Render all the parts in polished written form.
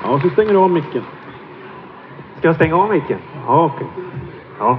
Ja, så stänger du av micken. Ska jag stänga av micken? Ja, okej. Ja.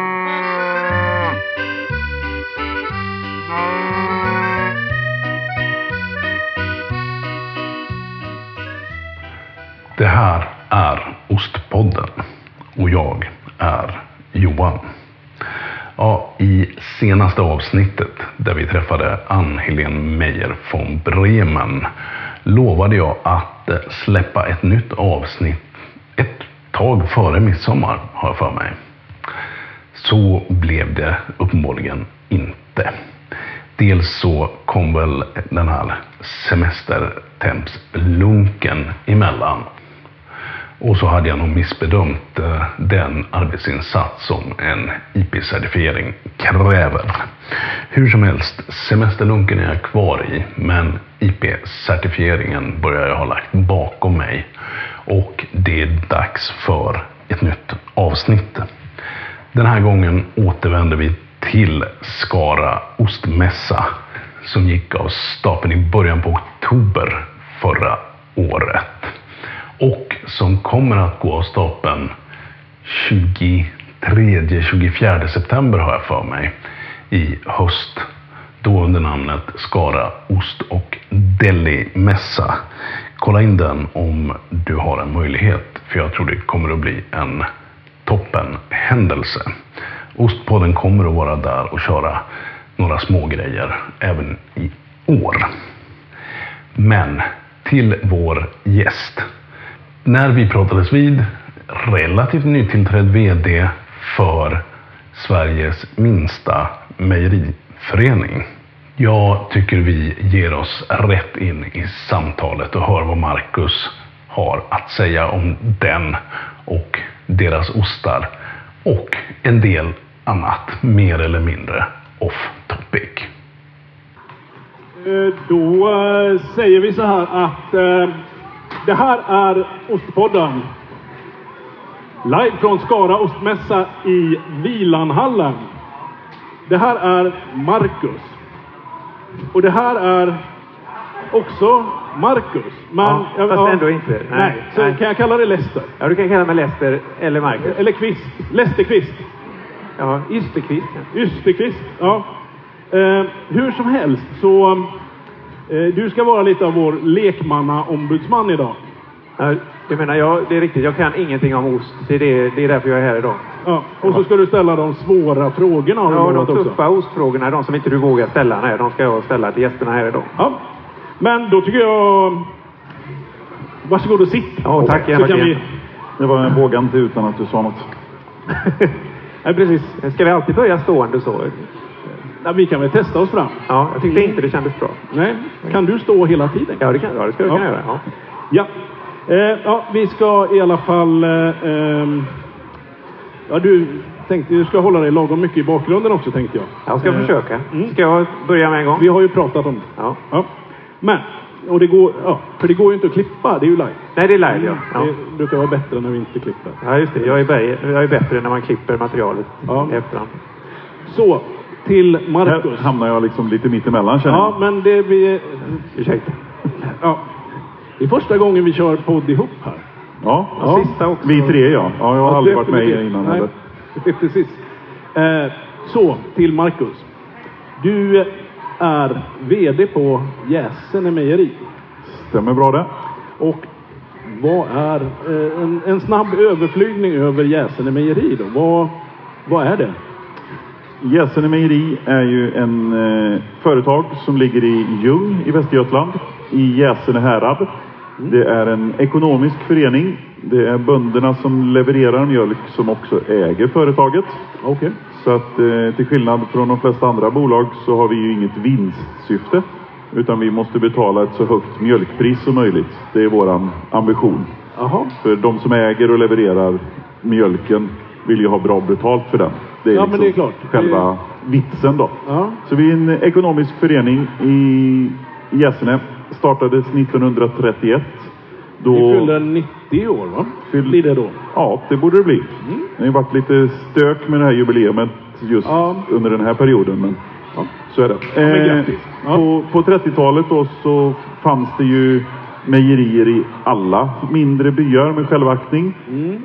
Det här är Ostpodden och jag är Johan. Ja, i senaste avsnittet där vi träffade Ann-Helene Meyer von Bremen lovade jag att släppa ett nytt avsnitt ett tag före midsommar, har jag för mig. Så blev det uppenbarligen inte. Dels så kom väl den här semestertempslunken emellan. Och så hade jag nog missbedömt den arbetsinsats som en IP-certifiering kräver. Hur som helst, semesterlunken är jag kvar i, men IP-certifieringen börjar jag ha lagt bakom mig. Och det är dags för ett nytt avsnitt. Den här gången återvänder vi till Skara ostmässa som gick av stapeln i början på oktober förra året. Och som kommer att gå av stapeln 23-24 september har jag för mig i höst. Då under namnet Skara Ost- och Deli-mässa. Kolla in den om du har en möjlighet, för jag tror det kommer att bli en toppen händelse. Ostpodden kommer att vara där och köra några små grejer även i år. Men till vår gäst. När vi pratades vid, relativt nytillträdd vd för Sveriges minsta mejeriförening. Jag tycker vi ger oss rätt in i samtalet och hör vad Marcus har att säga om den och deras ostar och en del annat mer eller mindre off topic. Då säger vi så här att det här är Ostpodden. Live från Skara ostmässa i Vilanhallen. Det här är Marcus. Och det här är också Marcus. Men, ja, fast ändå inte. Nej, så kan jag kalla det Lester? Ja, du kan kalla mig Lester eller Marcus. Eller Kvist. Lesterkvist. Ja, Ysterkvist. Ysterkvist, ja. Hur som helst så... du ska vara lite av vår lekmannaombudsman idag. Jag menar, det är riktigt. Jag kan ingenting om ost. Det är därför jag är här idag. Ja, och så ska du ställa de svåra frågorna. Ja, de tuffa ostfrågorna. De som inte du vågar ställa. Nej, de ska jag ställa till gästerna här idag. Ja, men då tycker jag... Varsågod och sitt. Ja, tack. Så kan vi... Det var en våga inte utan att du sa något. Nej, precis. Ska vi alltid börja stående så? Ja, vi kan väl testa oss fram. Ja, jag tyckte inte det kändes bra. Nej, kan du stå hela tiden? Ja, det ska jag kunna göra. Ja. Ja. Ja, vi ska i alla fall... ja, du ska hålla dig lagom mycket i bakgrunden också, tänkte jag. Jag ska försöka. Ska jag börja med en gång? Vi har ju pratat om det. Ja. Men, och det går... Ja, för det går ju inte att klippa, det är ju live. Nej, det är live, ja. Det brukar vara bättre när vi inte klipper. Ja, just det. Jag är bättre när man klipper materialet efterhand. Så, till Marcus. Här hamnar jag liksom lite mitt emellan, känner jag. Ja, men det blir... Ursäkta. Ja. Det är första gången vi kör podd ihop här. Ja. Sista också. Vi tre, ja. Ja, jag har aldrig varit med innan. Nej, precis. Så, till Marcus. Du är vd på Jäsene Mejeri. Stämmer bra det. Och vad är en snabb överflygning över Jäsene Mejeri då? Vad är det? Jäsene Mejeri är ju en företag som ligger i Ljung i Västergötland, i Jäsene härad. Det är en ekonomisk förening. Det är bönderna som levererar mjölk som också äger företaget. Okay. Så att till skillnad från de flesta andra bolag så har vi ju inget vinstsyfte. Utan vi måste betala ett så högt mjölkpris som möjligt. Det är våran ambition. Aha. För de som äger och levererar mjölken vill ju ha bra betalt för den. Det är, ja, men det är klart. Själva vitsen då. Ja. Så vi är en ekonomisk förening i Jäsene. Startades 1931. Då... Vi fyller 90 år, va? Blir det då? Ja, det borde det bli. Det har ju varit lite stök med det här jubileumet just under den här perioden. Men så är det. Ja, men grattis. På 30-talet då så fanns det ju mejerier i alla mindre byar med självaktning.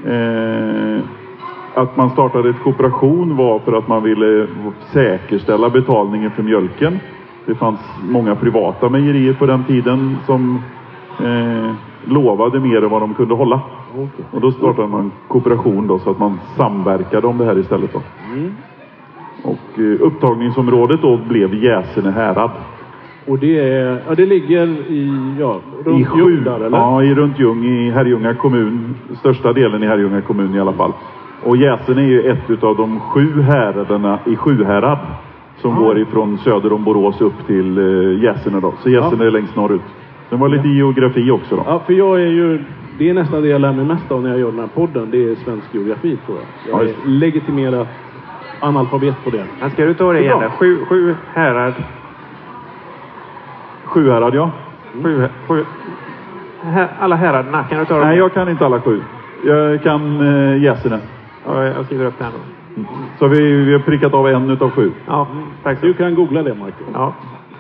Att man startade ett kooperation var för att man ville säkerställa betalningen för mjölken. Det fanns många privata mejerier på den tiden som lovade mer än vad de kunde hålla. Och då startade man kooperation då, så att man samverkade om det här istället då. Och upptagningsområdet då blev Jäsene härad. Och det ligger runt Ljung där, eller? Ja, runt Ljung i Herrljunga kommun. Största delen i Herrljunga kommun i alla fall. Och Jäsene är ju ett av de 7 häraderna i Sjuhärad. Som går ifrån söder om Borås upp till Jäsene då. Så Jäsene är längst norrut. Sen var lite geografi också då. Ja, för det är nästan det jag lär mig mest av när jag gör den här podden. Det är svensk geografi, tror jag. Jag är legitimerad analfabet på det. Men ska du ta det igen? 7 härad. Sjuhärad, ja. 7. Alla häraderna, kan du ta det? Nej, jag kan inte alla 7. Jag kan Jäsene. Ja, jag skriver upp det här då. Så vi har prickat av en utav 7. Ja, tack. Du kan googla det, Marco. Ja.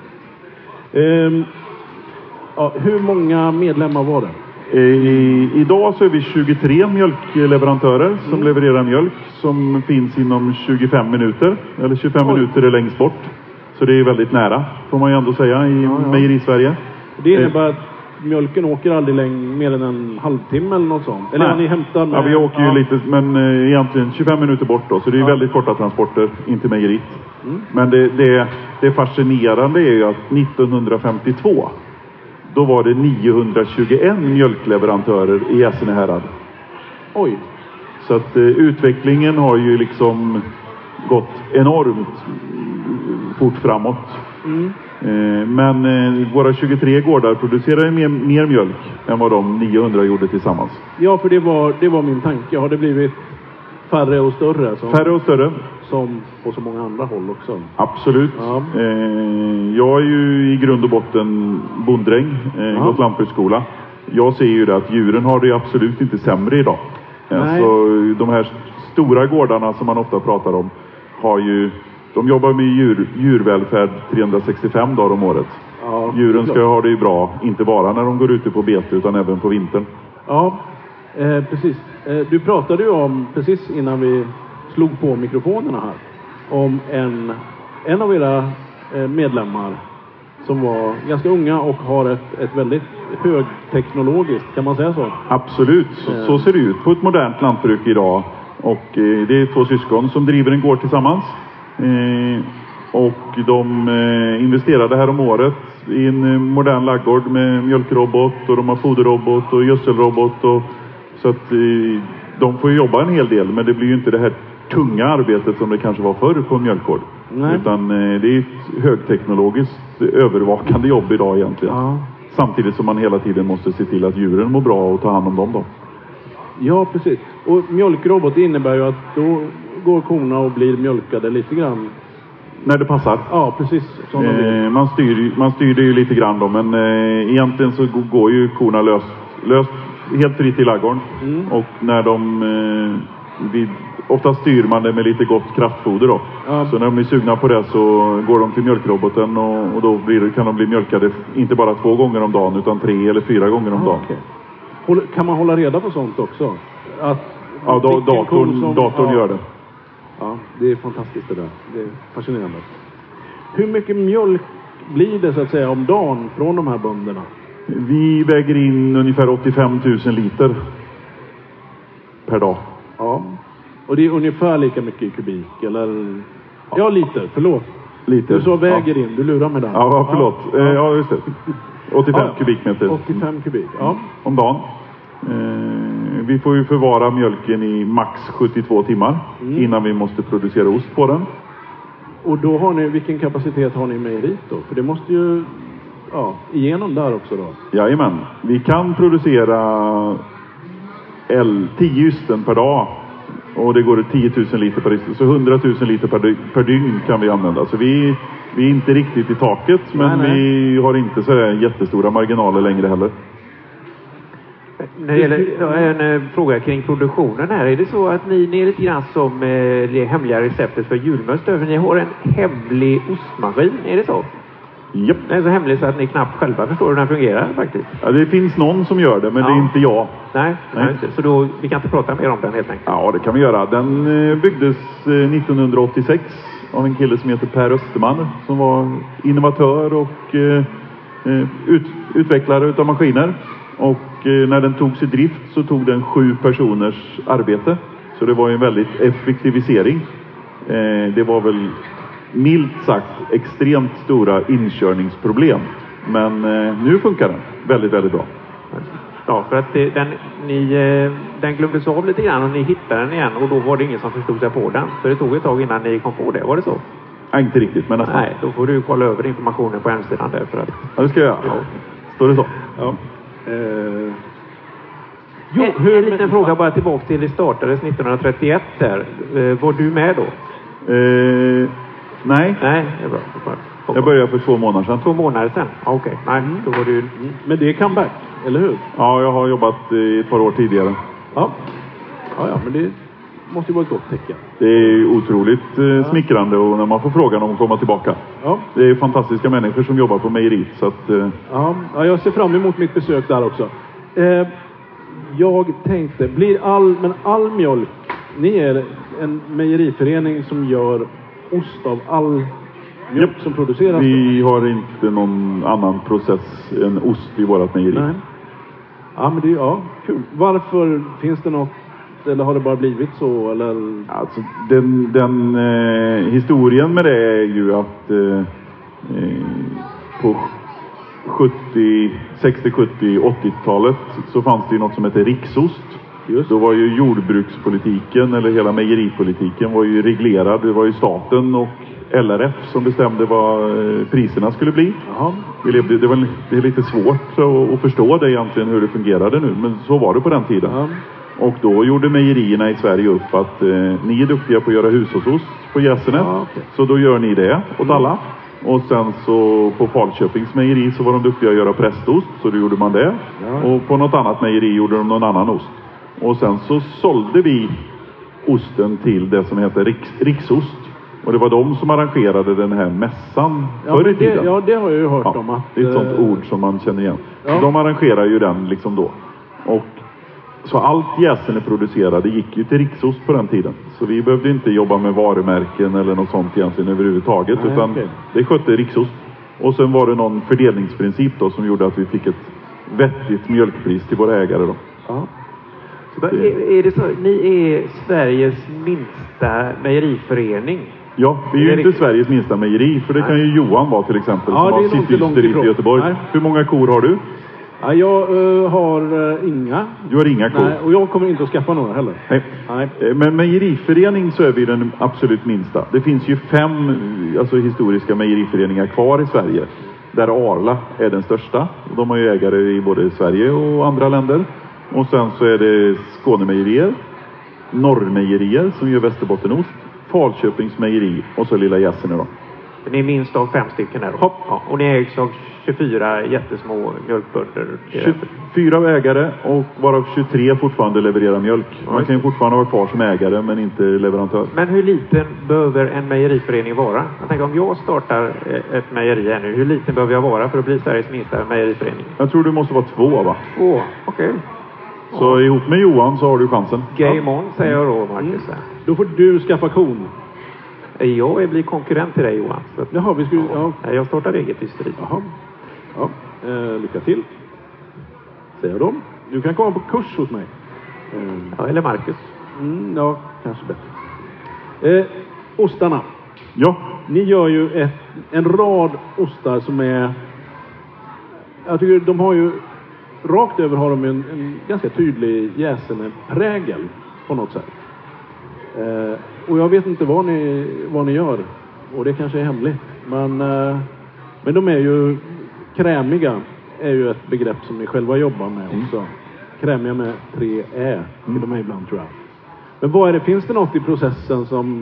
Hur många medlemmar var det? Idag så är vi 23 mjölkleverantörer som levererar mjölk, som finns inom 25 minuter. Eller 25 minuter är längst bort. Så det är väldigt nära, får man ju ändå säga, i Mejerisverige. Det innebär att mjölken åker aldrig mer än en halvtimme eller något sånt? Eller ni hämtar med... Ja, vi åker ju lite, men egentligen 25 minuter bort då. Så det är väldigt korta transporter in till mejeriet. Men det fascinerande är ju att 1952, då var det 921 mjölkleverantörer i Jäsene härad. Oj! Så att utvecklingen har ju liksom gått enormt fort framåt. Men våra 23 gårdar producerar ju mer mjölk än vad de 900 gjorde tillsammans. Ja, för det var min tanke. Har det blivit färre och större? Färre och större. Som på så många andra håll också. Absolut. Ja. Jag är ju i grund och botten bonddräng. Gått lantbruksskola. Jag ser ju det att djuren har det absolut inte sämre idag. Alltså, de här stora gårdarna som man ofta pratar om de jobbar med djurvälfärd 365 dagar om året. Ja, djuren ska ha det ju bra, inte bara när de går ute på bete utan även på vintern. Ja, precis. Du pratade ju om, precis innan vi slog på mikrofonerna här, om en av era medlemmar som var ganska unga och har ett väldigt högteknologiskt, kan man säga så? Absolut, så ser det ut på ett modernt lantbruk idag. Och det är 2 syskon som driver en gård tillsammans. Och de investerade här om året i en modern laggård med mjölkrobot, och de har foderrobot och gödselrobot. Så att de får jobba en hel del, men det blir ju inte det här tunga arbetet som det kanske var förr på en mjölkgård. Nej. Utan det är ett högteknologiskt övervakande jobb idag egentligen. Ja. Samtidigt som man hela tiden måste se till att djuren mår bra och ta hand om dem då. Ja, precis. Och mjölkrobot innebär ju att då går korna och blir mjölkade lite grann. När det passar. Ja, precis. Man styr det ju lite grann då, men egentligen så går ju korna löst helt fritt i ladugården. Och när ofta styr man det med lite gott kraftfoder då. Ja. Så när de är sugna på det så går de till mjölkroboten och då kan de bli mjölkade inte bara 2 gånger om dagen utan 3 eller 4 gånger om dagen. Okay. Kan man hålla reda på sånt också? Datorn gör det. Ja, det är fantastiskt det där. Det är fascinerande. Hur mycket mjölk blir det så att säga om dagen från de här bönderna? Vi väger in ungefär 85 000 liter per dag. Ja. Och det är ungefär lika mycket i kubik, eller? Ja, liter, förlåt. Liter. Du så väger in, du lurar med den. Ja, förlåt. Ja, just det. 85 kubikmeter. 85 kubik, ja. Om dagen. Vi får ju förvara mjölken i max 72 timmar innan vi måste producera ost på den. Och då har ni, vilken kapacitet har ni i mejeriet då? För det måste ju igenom där också då. Jajamän. Vi kan producera 10 ysten per dag. Och det går 10 000 liter per ysten. Så 100 000 liter per dygn kan vi använda. Så vi är inte riktigt i taket. Men vi har inte så jättestora marginaler längre heller. När det gäller en fråga kring produktionen här. Är det så att ni är lite grann som det hemliga receptet för julmust? Ni har en hemlig ostmaskin, är det så? Japp. Den är så hemlig så att ni knappt själva förstår hur den fungerar faktiskt. Ja, det finns någon som gör det, men det är inte jag. Nej. Så då, vi kan inte prata mer om den helt enkelt. Ja, det kan vi göra. Den byggdes 1986 av en kille som heter Per Österman som var innovatör och utvecklare utav maskiner. Och när den togs i drift så tog den 7 personers arbete. Så det var en väldigt effektivisering. Det var väl milt sagt extremt stora inkörningsproblem. Men nu funkar den väldigt, väldigt bra. Ja, för att den glömdes av lite grann och ni hittade den igen och då var det ingen som förstod sig på den. Så det tog ett tag innan ni kom på det, var det så? Ja, inte riktigt, men nästan. Nej, då får du kolla över informationen på hemsidan där för att... Ja, det ska jag göra. Ja. Står det så? Ja. En liten fråga bara tillbaka till det startades 1931 där. Var du med då? Nej. Nej, det är bra. Jag började för 2 månader sedan. 2 månader sedan? Okej. Nej, då var du... Men det är comeback, eller hur? Ja, jag har jobbat i ett par år tidigare. Ja, men det måste ju vara ett gott tecken. Det är otroligt smickrande och när man får frågan om att komma tillbaka. Ja. Det är fantastiska människor som jobbar på mejeriet. Så att, Ja, jag ser fram emot mitt besök där också. Jag tänkte, all mjölk, ni är en mejeriförening som gör ost av all mjölk som produceras? Vi har inte någon annan process än ost i vårat mejeri. Nej. Ja, men det är kul. Varför finns det något, eller har det bara blivit så? Eller? Alltså, den historien med det är ju att på 60, 70, 80-talet så fanns det ju något som heter riksost. Just. Då var ju jordbrukspolitiken eller hela mejeripolitiken var ju reglerad. Det var ju staten och LRF som bestämde vad priserna skulle bli. Jaha. Det är lite svårt att förstå det egentligen hur det fungerade nu, men så var det på den tiden. Ja. Och då gjorde mejerierna i Sverige upp att ni är duktiga på att göra hushållsost på Gäsene. Ja, okay. Så då gör ni det åt alla. Och sen så på Falköpings mejeri så var de duktiga att göra prästost, så då gjorde man det. Ja. Och på något annat mejeri gjorde de någon annan ost. Och sen så sålde vi osten till det som heter riksost. Och det var de som arrangerade den här mässan förr i tiden. Ja, det har jag ju hört om. Att, det är ett sånt ord som man känner igen. Ja. Så de arrangerar ju den liksom då. Och så allt Gäsene producerade gick ju till riksost på den tiden. Så vi behövde inte jobba med varumärken eller något sånt egentligen överhuvudtaget. Nej, utan det skötte riksost. Och sen var det någon fördelningsprincip då som gjorde att vi fick ett vettigt mjölkpris till våra ägare då. Ja. Är det så? Ni är Sveriges minsta mejeriförening. Ja, vi är ju inte Sveriges minsta mejeri. För det kan ju Johan vara till exempel. Ja, som har det är nog inte långt sitt ifrån. i Göteborg. Nej. Hur många kor har du? Ja, jag har inga. Du har inga kor? Nej, och jag kommer inte att skaffa några heller. Nej. Men mejeriförening så är vi den absolut minsta. Det finns ju 5 historiska mejeriföreningar kvar i Sverige. Där Arla är den största. De har ju ägare i både Sverige och andra länder. Och sen så är det Skånemejerier, Norrmejerier som gör Västerbottenost, Falköpings mejeri och så lilla Gäsene då. Ni är minst av 5 stycken här då. Ja, och ni ägs av 24 jättesmå mjölkbönder. 24 ägare och varav 23 fortfarande levererar mjölk. Man kan ju fortfarande vara kvar som ägare men inte leverantör. Men hur liten behöver en mejeriförening vara? Jag tänker om jag startar ett mejeri här nu, hur liten behöver jag vara för att bli Sveriges minsta mejeriförening? Jag tror du måste vara 2 va? 2, okej. Så ihop med Johan så har du chansen. Game on säger jag då, Marcus. Då får du skaffa kon. Jag blir konkurrent till dig, Johan. Så att, Jaha, vi skulle... Ja. Jag startar eget ysteri. Jaha. Ja. Lycka till. Säger de. Du kan komma på kurs hos mig. Ja, eller Marcus. Ja, kanske bättre. Ostarna. Ja. Ni gör ju en rad ostar som är... Jag tycker de har ju... Rakt över har de en ganska tydlig Gäsene-prägel på något sätt. Och jag vet inte vad ni gör. Och det kanske är hemligt. Men de är ju krämiga. Är ju ett begrepp som ni själva jobbar med också. Krämiga med 3 ä. De är ibland tror jag. Men vad är det? Finns det något i processen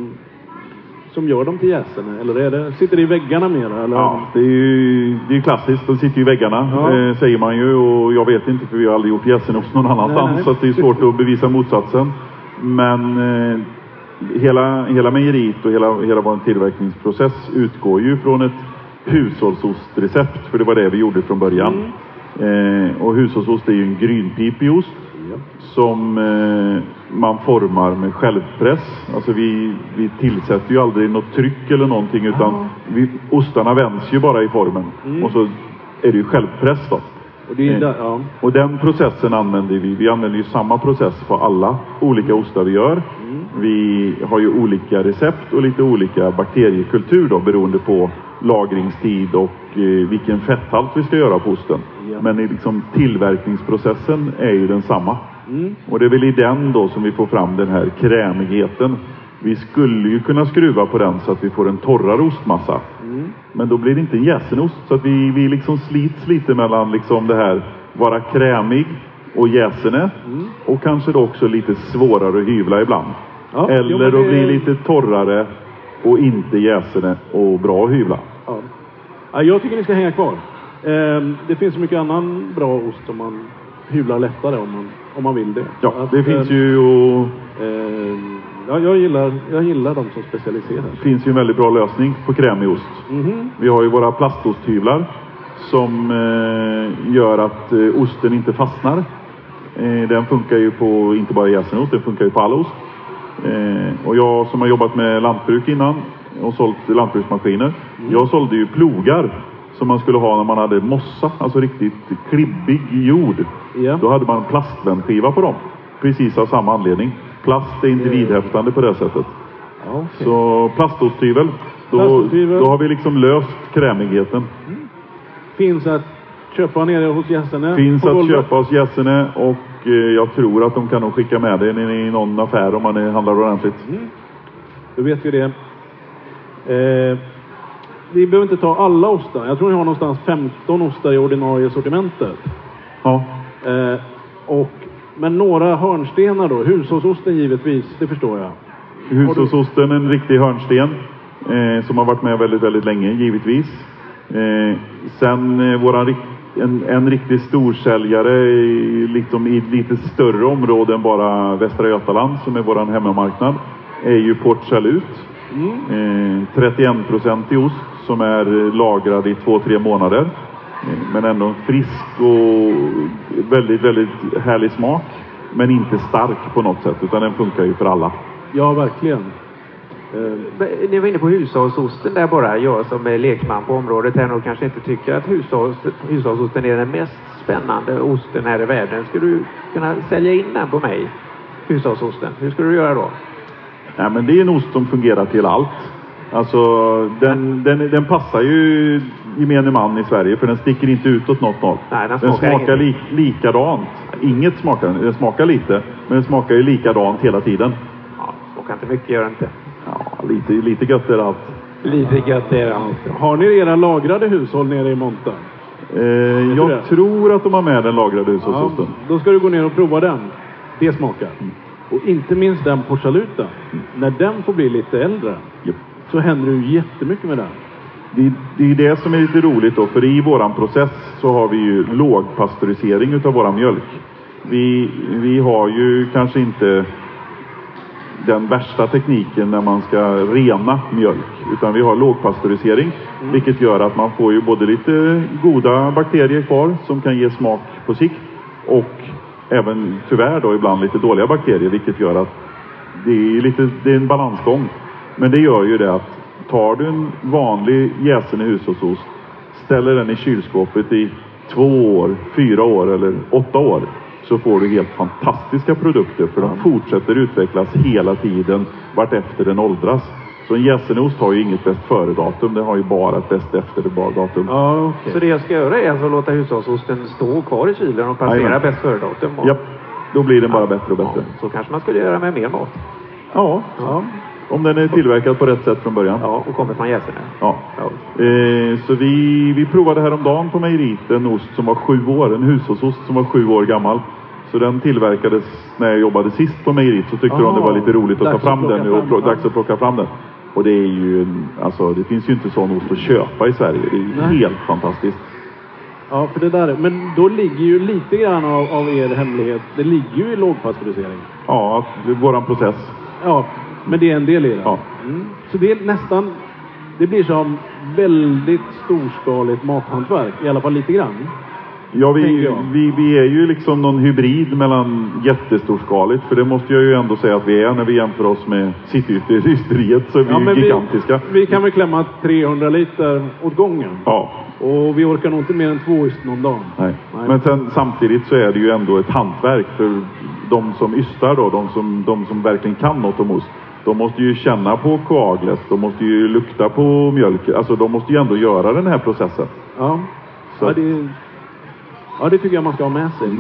som gör dem till Gäsene? Eller sitter det i väggarna mer? Eller? Ja, det är ju klassiskt. De sitter ju i väggarna, säger man ju. Och jag vet inte för vi har aldrig gjort Gäsene någon annanstans. Nej. Så att det är svårt att bevisa motsatsen. Men hela mejeriet och hela vår tillverkningsprocess utgår ju från ett hushållsostrecept, för det var det vi gjorde från början. Och hushållsost är ju en grynpipig ost som man formar med självpress. Alltså vi tillsätter ju aldrig något tryck eller någonting, utan ostarna vänds ju bara i formen. Och så är det ju självpress då. Och, det är där, och den processen använder vi. Vi använder ju samma process på alla olika ostar vi gör. Vi har ju olika recept och lite olika bakteriekultur då, beroende på lagringstid och vilken fetthalt vi ska göra på osten. Men liksom tillverkningsprocessen är ju densamma. Och det är väl i den då som vi får fram den här krämigheten. Vi skulle ju kunna skruva på den så att vi får en torrare ostmassa. Men då blir det inte en jäsenost. Så att vi liksom slits lite mellan liksom det här vara krämig och jäsene. Och kanske då också lite svårare att hyvla ibland. Ja, eller då blir lite torrare och inte jäsene och bra att hyvla. Ja, jag tycker ni ska hänga kvar. Det finns så mycket annan bra ost som man hyvlar lättare om man vill det. Ja, det finns ju... jag gillar de som specialiserar. Det finns ju en väldigt bra lösning på krämig ost. Vi har ju våra plastosthyvlar som gör att osten inte fastnar. Den funkar ju på inte bara jäsenost, den funkar ju på all ost. Och jag som har jobbat med lantbruk innan och sålt lantbruksmaskiner. Jag sålde ju plogar som man skulle ha när man hade mossa, alltså riktigt klibbig jord. Då hade man en plastvändskiva på dem. Precis av samma anledning. Plast är inte vidhäftande på det sättet. Så plastosthyvel, då har vi liksom löst krämigheten. Finns att köpa nere hos Jäsene. Finns att köpa hos Jäsene, och jag tror att de kan nog skicka med det i någon affär om man handlar ordentligt. Då vet vi det. Vi behöver inte ta alla ostar. Jag tror ni har någonstans 15 ostar i ordinarie sortimentet. Ja. Men några hörnstenar då. Hushållsosten givetvis, det förstår jag. Hushållsosten är en riktig hörnsten som har varit med väldigt, väldigt länge, givetvis. Sen en riktig storsäljare liksom i lite större områden än bara Västra Götaland, som är våran hemmamarknad, är ju Port Salut. 31% i ost som är lagrad i 2-3 månader. Men ändå en frisk och väldigt, väldigt härlig smak. Men inte stark på något sätt, utan den funkar ju för alla. Ja, verkligen. Ni var inne på hushållsosten där bara. Jag som är lekman på området här och kanske inte tycker att hushållsosten är den mest spännande osten här i världen. Skulle du kunna sälja in den på mig? Hushållsosten. Hur skulle du göra då? Ja, men det är en ost som fungerar till allt. Alltså den passar ju gemene man i Sverige, för den sticker inte ut åt något håll. Nej, den smakar likadant. Inget smakar, den smakar lite, men den smakar ju likadant hela tiden. Ja, smakar inte mycket, gör det inte. Ja, lite gött är det allt. Lite gött är det allt. Har ni era lagrade hushåll nere i monten? Jag tror att de har med den lagrade hushållsosten. Då ska du gå ner och prova den. Det smakar. Och inte minst den Port Saluten. När den får bli lite äldre så händer det ju jättemycket med den. Det är det som är lite roligt då. För i våran process så har vi ju lågpasteurisering utav våran mjölk. Vi har ju kanske inte den värsta tekniken när man ska rena mjölk. Utan vi har lågpasteurisering. Vilket gör att man får ju både lite goda bakterier kvar som kan ge smak på sikt. Och även tyvärr då ibland lite dåliga bakterier, vilket gör att det är en balansgång. Men det gör ju det att tar du en vanlig jäsen i hushållsost, ställer den i kylskåpet i 2 år, 4 år eller 8 år, så får du helt fantastiska produkter, för de fortsätter utvecklas hela tiden vart efter den åldras. Så en jäsenost har ju inget bäst före-datum, den har ju bara ett bäst efter-datum. Okay. Så det jag ska göra är alltså låta hushållsosten stå kvar i kylen och passera bäst före-datum? Ja, då blir den bara bättre och bättre. Så kanske man skulle göra med mer mat. Ja. Om den är tillverkad på rätt sätt från början. Ja, och kommer från Jäsene. Ja. Så vi provade häromdagen på mejeriet en ost som var 7 år. En hushållsost som var 7 år gammal. Så den tillverkades när jag jobbade sist på mejeriet. Så tyckte de det var lite roligt att ta fram den och dags att plocka fram den. Och det är ju, alltså det finns ju inte sån ost att köpa i Sverige. Det är ju helt fantastiskt. Ja, för det där. Men då ligger ju lite grann av er hemlighet. Det ligger ju i lågpasteurisering. Ja, våran process. Ja, men det är en del i det. Ja. Så det är nästan, det blir som väldigt storskaligt mathantverk. I alla fall lite grann. Ja, tänker jag. vi är ju liksom någon hybrid mellan jättestorskaligt. För det måste jag ju ändå säga att vi är när vi jämför oss med Cityysteriet, så är vi men gigantiska. Vi kan väl klämma 300 liter åt gången. Ja. Och vi orkar nog inte mer än 2 yst någon dag. Nej. Men sen, samtidigt så är det ju ändå ett hantverk för de som ystar då, de som verkligen kan något om ost. De måste ju känna på koaglet, de måste ju lukta på mjölk. Alltså de måste ju ändå göra den här processen. Ja, Så. det tycker jag man ska ha med sig.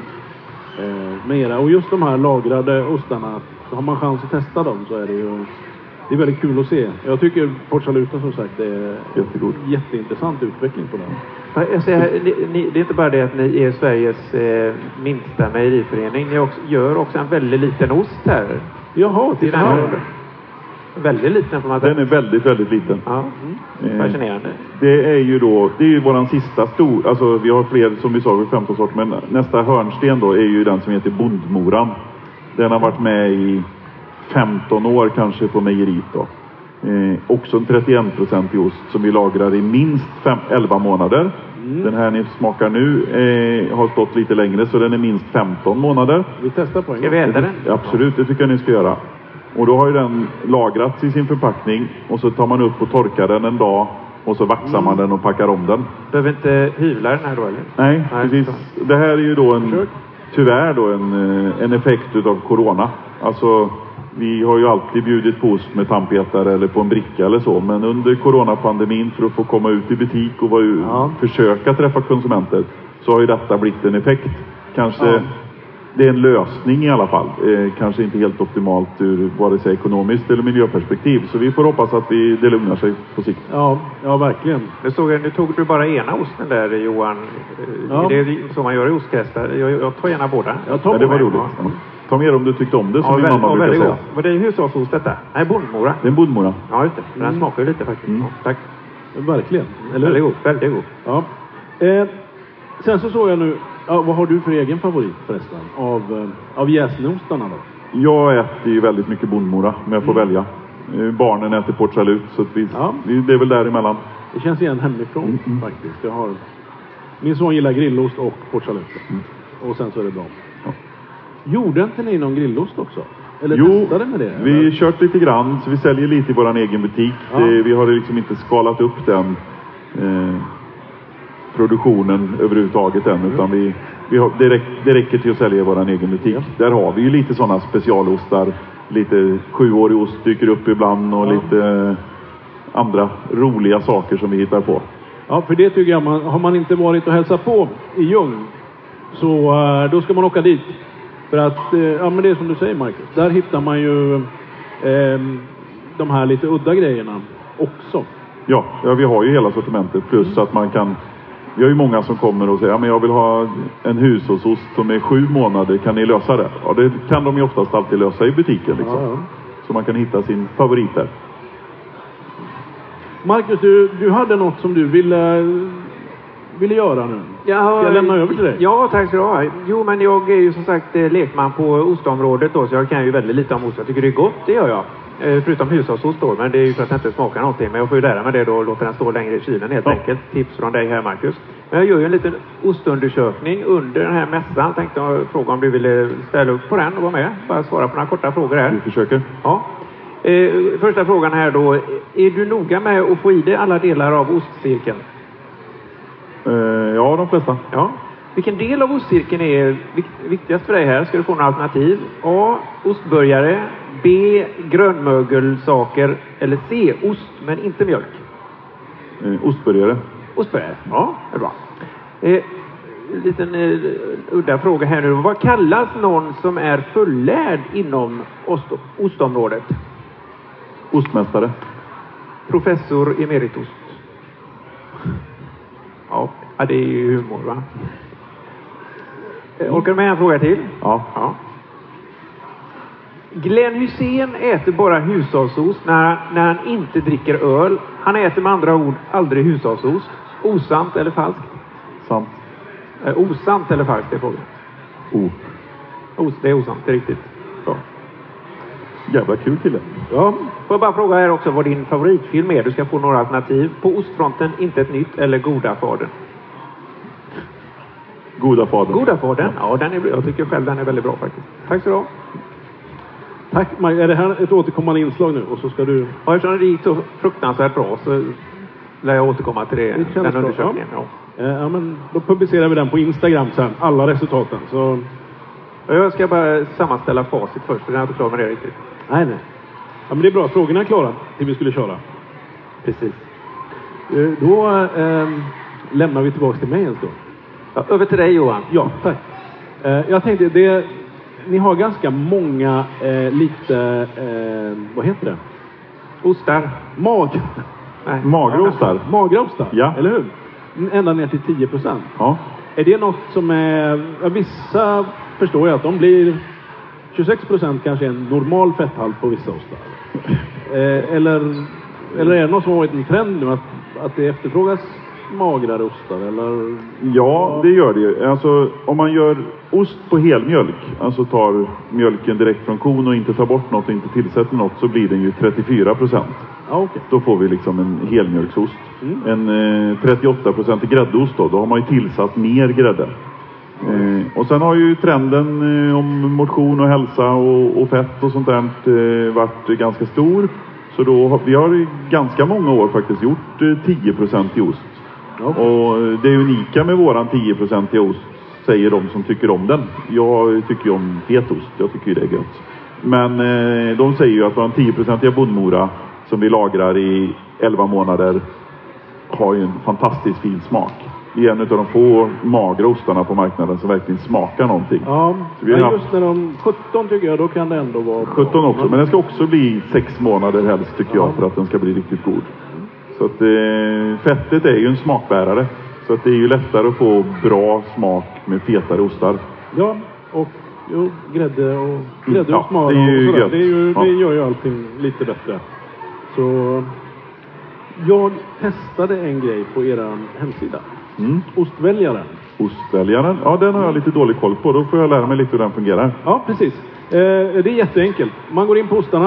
Med era. Och just de här lagrade ostarna, så har man chans att testa dem så är det är väldigt kul att se. Jag tycker Port Saluta som sagt är Jättegod. Jätteintressant utveckling på den. Jag säger, det är inte bara det att ni är Sveriges minsta mejeriförening. Ni gör också en väldigt liten ost här. Jaha, titta här. Väldigt liten får man säga. Den är väldigt, väldigt liten. Ja, fascinerande. Det är ju våran sista stor, alltså vi har fler som vi sa vid 15 sorter, men nästa hörnsten då är ju den som heter Bondmoran. Den har varit med i 15 år kanske på mejeriet då. Också en 31% ost som vi lagrar i minst 11 månader. Den här ni smakar nu har stått lite längre, så den är minst 15 månader. Vi testar på en. Ska vi äta den? Absolut, det tycker jag ni ska göra. Och då har ju den lagrats i sin förpackning och så tar man upp och torkar den en dag och så vaxar man den och packar om den. Behöver inte hyvla den här då eller? Nej, precis. Det här är ju då tyvärr då en effekt utav corona. Alltså vi har ju alltid bjudit på ost med tandpetare eller på en bricka eller så. Men under coronapandemin, för att få komma ut i butik och försöka träffa konsumenter, så har ju detta blivit en effekt. Kanske det är en lösning i alla fall. Kanske inte helt optimalt ur vare sig ekonomiskt eller miljöperspektiv. Så vi får hoppas att det lugnar sig på sikt. Ja, verkligen. Nu tog du bara ena osten där, Johan. Ja. Det är så man gör i ostkrästar. Jag tar gärna båda. Jag det var roligt. Ja. Ta med om du tyckte om det, som min mamma brukar säga. Var det hushållsost detta? Nej, Bondmora. Det är en Bondmora. Ja, just det. Den smakar ju lite faktiskt. Ja, tack. Verkligen. Eller? Väldigt god. Väldigt god. Ja. Sen så såg jag nu, vad har du för egen favorit förresten av jäsnostarna då? Jag äter ju väldigt mycket Bondmora, om jag får välja. Barnen äter Port Salut, så att det är väl däremellan. Det känns igen hemifrån faktiskt. Min son gillar grillost och Port Salut. Och sen så är det bra. Ja. Gjorde inte ni någon grillost också? Eller testade med det? Vi har kört lite grann, så vi säljer lite i vår egen butik. Ja. Vi har liksom inte skalat upp den produktionen överhuvudtaget än, utan det räcker till att sälja i vår egen butik. Där har vi ju lite sådana specialostar, lite 7-årig ost dyker upp ibland och lite andra roliga saker som vi hittar på. Ja, för det tycker jag, har man inte varit och hälsat på i Ljung, så då ska man åka dit. För att, men det är som du säger Marcus, där hittar man ju de här lite udda grejerna också. Ja, vi har ju hela sortimentet, plus att man kan. Vi har ju många som kommer och säger, men jag vill ha en hushållsost som är 7 månader, kan ni lösa det? Ja, det kan de ju oftast alltid lösa i butiken liksom. Ja. Så man kan hitta sin favorit där. Marcus, du hade något som du ville göra nu. Ska jag lämna över till dig? Ja, tack ska du ha. Jo, men jag är ju som sagt lekman på ostområdet då, så jag kan ju väldigt lite om ost. Jag tycker det är gott, det gör jag. Förutom hushållsost då, men det är ju för att det inte smakar någonting. Men jag får ju lära mig det då och låta den stå längre i kylen helt enkelt. Tips från dig här, Marcus. Men jag gör ju en liten ostundersökning under den här mässan. Tänkte jag fråga om du ville ställa upp på den och vara med. Bara svara på några korta frågor här. Vi försöker. Ja. Första frågan här då. Är du noga med att få i dig alla delar av ostcirkeln? Ja, de flesta. Ja. Vilken del av ostcirkeln är viktigast för dig här? Ska du få några alternativ? A. Ostburgare. B. Grönmögelsaker. Eller C. Ost men inte mjölk. Ostburgare. Ostburgare. Ja, det är bra. Liten udda fråga här nu. Vad kallas någon som är fullärd inom ostområdet? Ostmästare. Professor emeritus. Ja, det är ju humor va? Orkar du med en fråga till? Ja. Glenn Hussein äter bara hushållsost när han inte dricker öl. Han äter med andra ord aldrig hushållsost. Osant eller falskt? Sant. Osant eller falskt är frågan. Det är osant, det är riktigt. Bra. Jävla kul kille. Ja. Får jag bara fråga här också vad din favoritfilm är? Du ska få några alternativ. På ostfronten, Inte ett nytt eller Goda fadern? Goda fadern. Goda fadern? Ja, jag tycker själv den är väldigt bra faktiskt. Tack så du ha. Tack Mike. Är det här ett återkommande inslag nu? Och så ska du... Ja, eftersom det gick så fruktansvärt bra så lär jag återkomma till det, känns den bra. undersökningen. Ja. Ja, men då publicerar vi den på Instagram sen. Alla resultaten. Så... Jag ska bara sammanställa facit först, för jag är inte klar med det riktigt. Nej. Ja, men det är bra. Frågorna är klara till vi skulle köra. Precis. Då lämnar vi tillbaka till mig en stund. Ja, över till dig Johan. Ja, tack. Jag tänkte, ni har ganska många vad heter det? Ostar. Magra ostar. Magra ostar, Ja. Eller hur? Ända ner till 10%. Ja. Är det något som är... Ja, vissa förstår jag att de blir... 26% kanske en normal fetthalt på vissa ostar. Eller är det något som har varit en trend nu att det efterfrågas magrare ostar? Eller? Ja, det gör det. Alltså, om man gör ost på helmjölk, alltså tar mjölken direkt från kon och inte tar bort något och inte tillsätter något, så blir den ju 34%. Ja, okay. Då får vi liksom en helmjölksost. En 38% gräddost då har man ju tillsatt mer grädde. Och sen har ju trenden om motion och hälsa och fett och sånt där varit ganska stor. Så då vi har i ganska många år faktiskt gjort 10% i ost. Okay. Och det unika med våran 10% i ost säger de som tycker om den. Jag tycker ju om fetost, jag tycker ju det är gött. Men de säger ju att våran 10% i bondmora som vi lagrar i 11 månader har ju en fantastiskt fin smak. Det är en av de få magra ostarna på marknaden som verkligen smakar någonting. Ja, så vi har just när de 17 tycker jag, då kan det ändå vara 17 också, men den ska också bli 6 månader helst tycker jag för att den ska bli riktigt god. Så att fettet är ju en smakbärare. Så att det är ju lättare att få bra smak med fetare ostar. Ja, och grädde och ja, smör det är ju och sådär. gött. Det gör ju allting lite bättre. Så jag testade en grej på er hemsida. Ostväljaren. Ostväljaren? Ja, den har jag lite dålig koll på. Då får jag lära mig lite hur den fungerar. Ja, precis. Det är jätteenkelt. Man går in på ostarna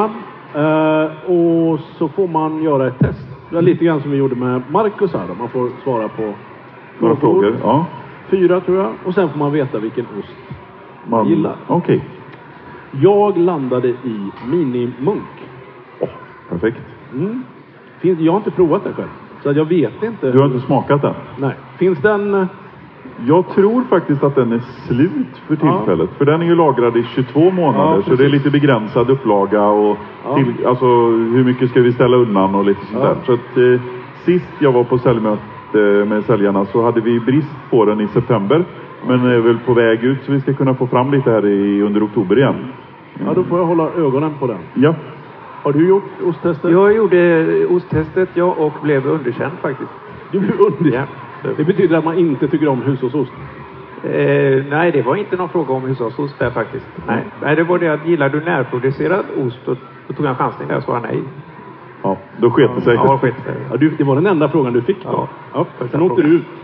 och så får man göra ett test. Det är lite grann som vi gjorde med Marcus här. Man får svara på några frågor. Ja. 4 tror jag. Och sen får man veta vilken ost man gillar. Okej. Jag landade i Minimunk. Perfekt. Jag har inte provat det själv. Så jag vet inte. Du har inte smakat den? Nej. Finns den... Jag tror faktiskt att den är slut för tillfället. För den är ju lagrad i 22 månader. Så det är lite begränsad upplaga. Och alltså hur mycket ska vi ställa undan och lite sånt där. Så att sist jag var på säljmöte med säljarna så hade vi brist på den i september. Men är väl på väg ut så vi ska kunna få fram lite här under oktober igen. Ja, då får jag hålla ögonen på den. Ja. Har du gjort osttestet? Jag gjorde osttestet, och blev underkänd faktiskt. Du blev underkänd? Ja. Det betyder att man inte tycker om hushållsost? Nej, det var inte någon fråga om hushållsost där faktiskt. Nej, det var det att gillar du närproducerad ost, då tog jag en chansning där och svarade nej. Ja, då sket det sig. Ja, sket sig. Ja, det var den enda frågan du fick då? Ja, sen åkte du ut.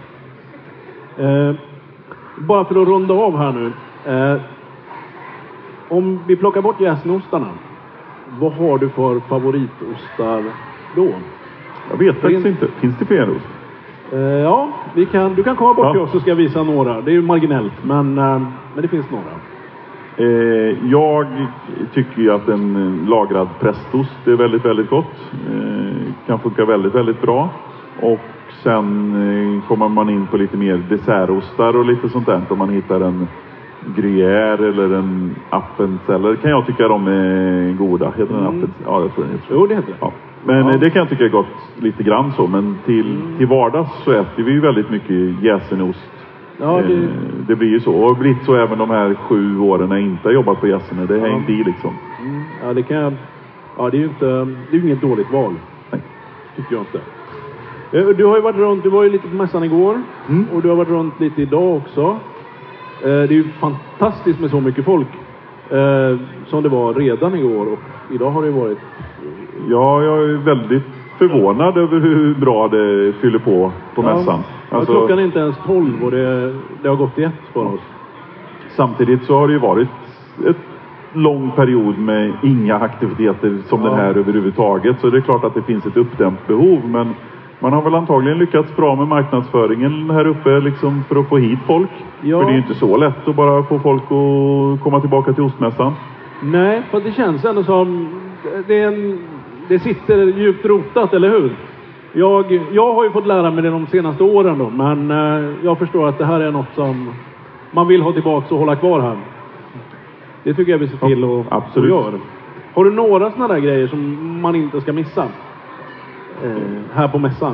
Bara för att runda av här nu. Om vi plockar bort jäsenostarna, vad har du för favoritostar då? Jag vet faktiskt inte. Finns det fler ost? Ja, du kan komma bort till oss så ska jag visa några. Det är ju marginellt, men det finns några. Jag tycker ju att en lagrad prästost är väldigt, väldigt gott. Kan funka väldigt, väldigt bra. Och sen kommer man in på lite mer dessertostar och lite sånt där. Om man hittar en gruyère eller en appenzeller kan jag tycka de är goda. Heter den appenzeller? Ja, det tror jag. Jo, det heter det. Ja. Men det kan jag tycka är gott lite grann så. Men till vardags så äter vi ju väldigt mycket jäsenost. Ja, det blir ju så. Och blivit så även de här 7 åren när jag inte har jobbat på Gässene. Det är inte i liksom. Ja, det kan jag... Ja, det är ju inte... Det är ju inget dåligt val. Nej. Tycker jag inte. Du har ju varit runt... Du var ju lite på mässan igår. Och du har varit runt lite idag också. Det är ju fantastiskt med så mycket folk. Som det var redan igår. Och idag har det varit... Ja, jag är väldigt förvånad över hur bra det fyller på mässan. Alltså, klockan är inte ens 12 och det har gått i 1 för oss. Samtidigt så har det ju varit ett lång period med inga aktiviteter som den här överhuvudtaget. Så det är klart att det finns ett uppdämt behov. Men man har väl antagligen lyckats bra med marknadsföringen här uppe liksom för att få hit folk. Ja. För det är ju inte så lätt att bara få folk att komma tillbaka till ostmässan. Nej, för det känns ändå som det sitter djupt rotat, eller hur? Jag har ju fått lära mig det de senaste åren då, men jag förstår att det här är något som man vill ha tillbaka och hålla kvar här. Det tycker jag vi ser till och gör. Har du några sådana där grejer som man inte ska missa här på mässan?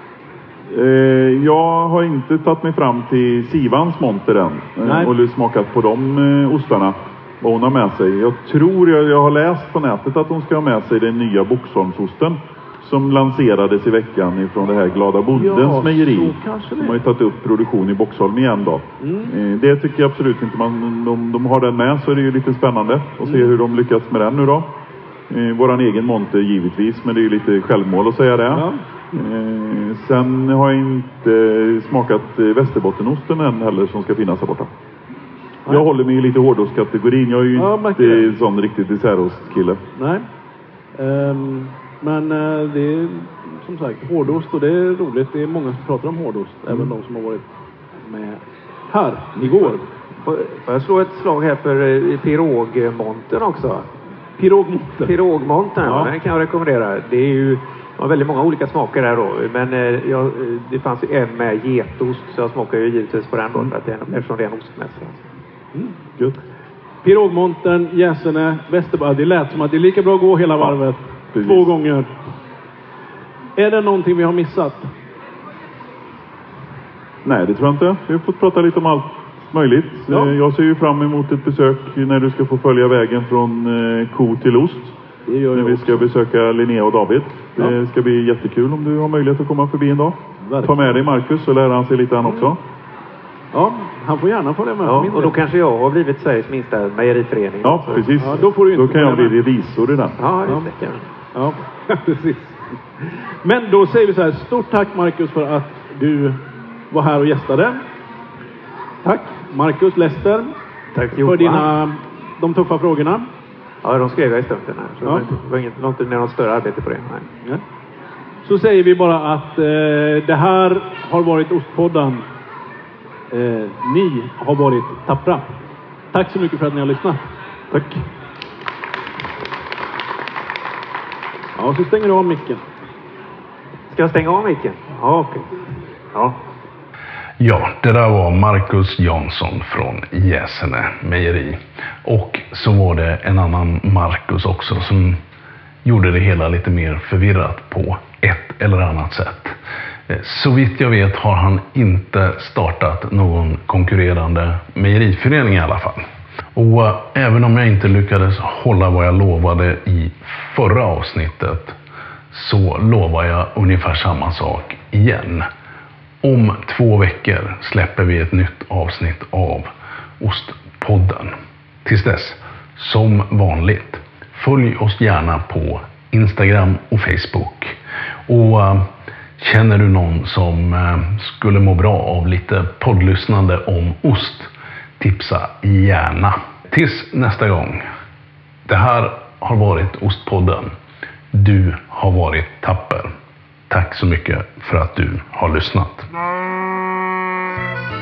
Jag har inte tagit mig fram till Sivans monter än och smakat på de ostarna. Vad hon har med sig. Jag tror jag har läst på nätet att hon ska ha med sig den nya Boxholmsosten som lanserades i veckan ifrån det här Glada Bondens mejeri. De har ju tagit upp produktion i Boxholm igen då. Det tycker jag absolut inte de har den med, så är det ju lite spännande att se hur de lyckas med den nu då. Våran egen monter givetvis, men det är ju lite självmål att säga det. Ja. Sen har jag inte smakat Västerbottenosten än heller som ska finnas här borta. Jag håller mig i lite hårdostkategorin. Jag är ju inte sån riktigt dessertostkille. Nej. Men det är som sagt hårdost och det är roligt. Det är många som pratar om hårdost. Även de som har varit med här igår. Får jag slå ett slag här för pirogmontern också? Pirogmontern, den kan jag rekommendera. Det är ju väldigt många olika smaker där då. Men det fanns ju en med getost, så jag smakar ju givetvis på den då. Eftersom det är en ostmässa. Good. Pirogmontern, Gäsene, Västerberg. Det lät som att det är lika bra att gå hela varvet. 2 gånger. Är det någonting vi har missat? Nej, det tror jag inte. Vi har fått prata lite om allt möjligt. Ja. Jag ser ju fram emot ett besök när du ska få följa vägen från ko till ost. Det gör när vi ska besöka Linnea och David. Det ska bli jättekul om du har möjlighet att komma förbi en dag. Verkligen. Ta med dig Marcus så lär han sig lite han också. Ja, han får gärna följa med. Ja, och då kanske jag har blivit Sveriges minsta mejeriförening. Ja, precis. Ja, då får du inte då kan jag bli revisor i den. Ja, det ja, precis. Men då säger vi så här, stort tack Marcus för att du var här och gästade. Tack Marcus Lester. Tack för de tuffa frågorna. Ja, de skrev jag i stunden här. Så det var inte något större arbete på det. Nej. Ja. Så säger vi bara att det här har varit Ostpodden. Ni har varit tappra. Tack så mycket för att ni har lyssnat. Tack. Ja, så stänger du av micken. Ska jag stänga av micken? Ja, okej. Ja. Ja, det där var Marcus Jansson från Gäsene mejeri. Och så var det en annan Marcus också som gjorde det hela lite mer förvirrat på ett eller annat sätt. Så vitt jag vet har han inte startat någon konkurrerande mejeriförening i alla fall. Och även om jag inte lyckades hålla vad jag lovade i förra avsnittet så lovar jag ungefär samma sak igen. Om 2 veckor släpper vi ett nytt avsnitt av Ostpodden. Tills dess, som vanligt, följ oss gärna på Instagram och Facebook. Och känner du någon som skulle må bra av lite poddlyssnande om ost, tipsa gärna. Tills nästa gång. Det här har varit Ostpodden. Du har varit tapper. Tack så mycket för att du har lyssnat.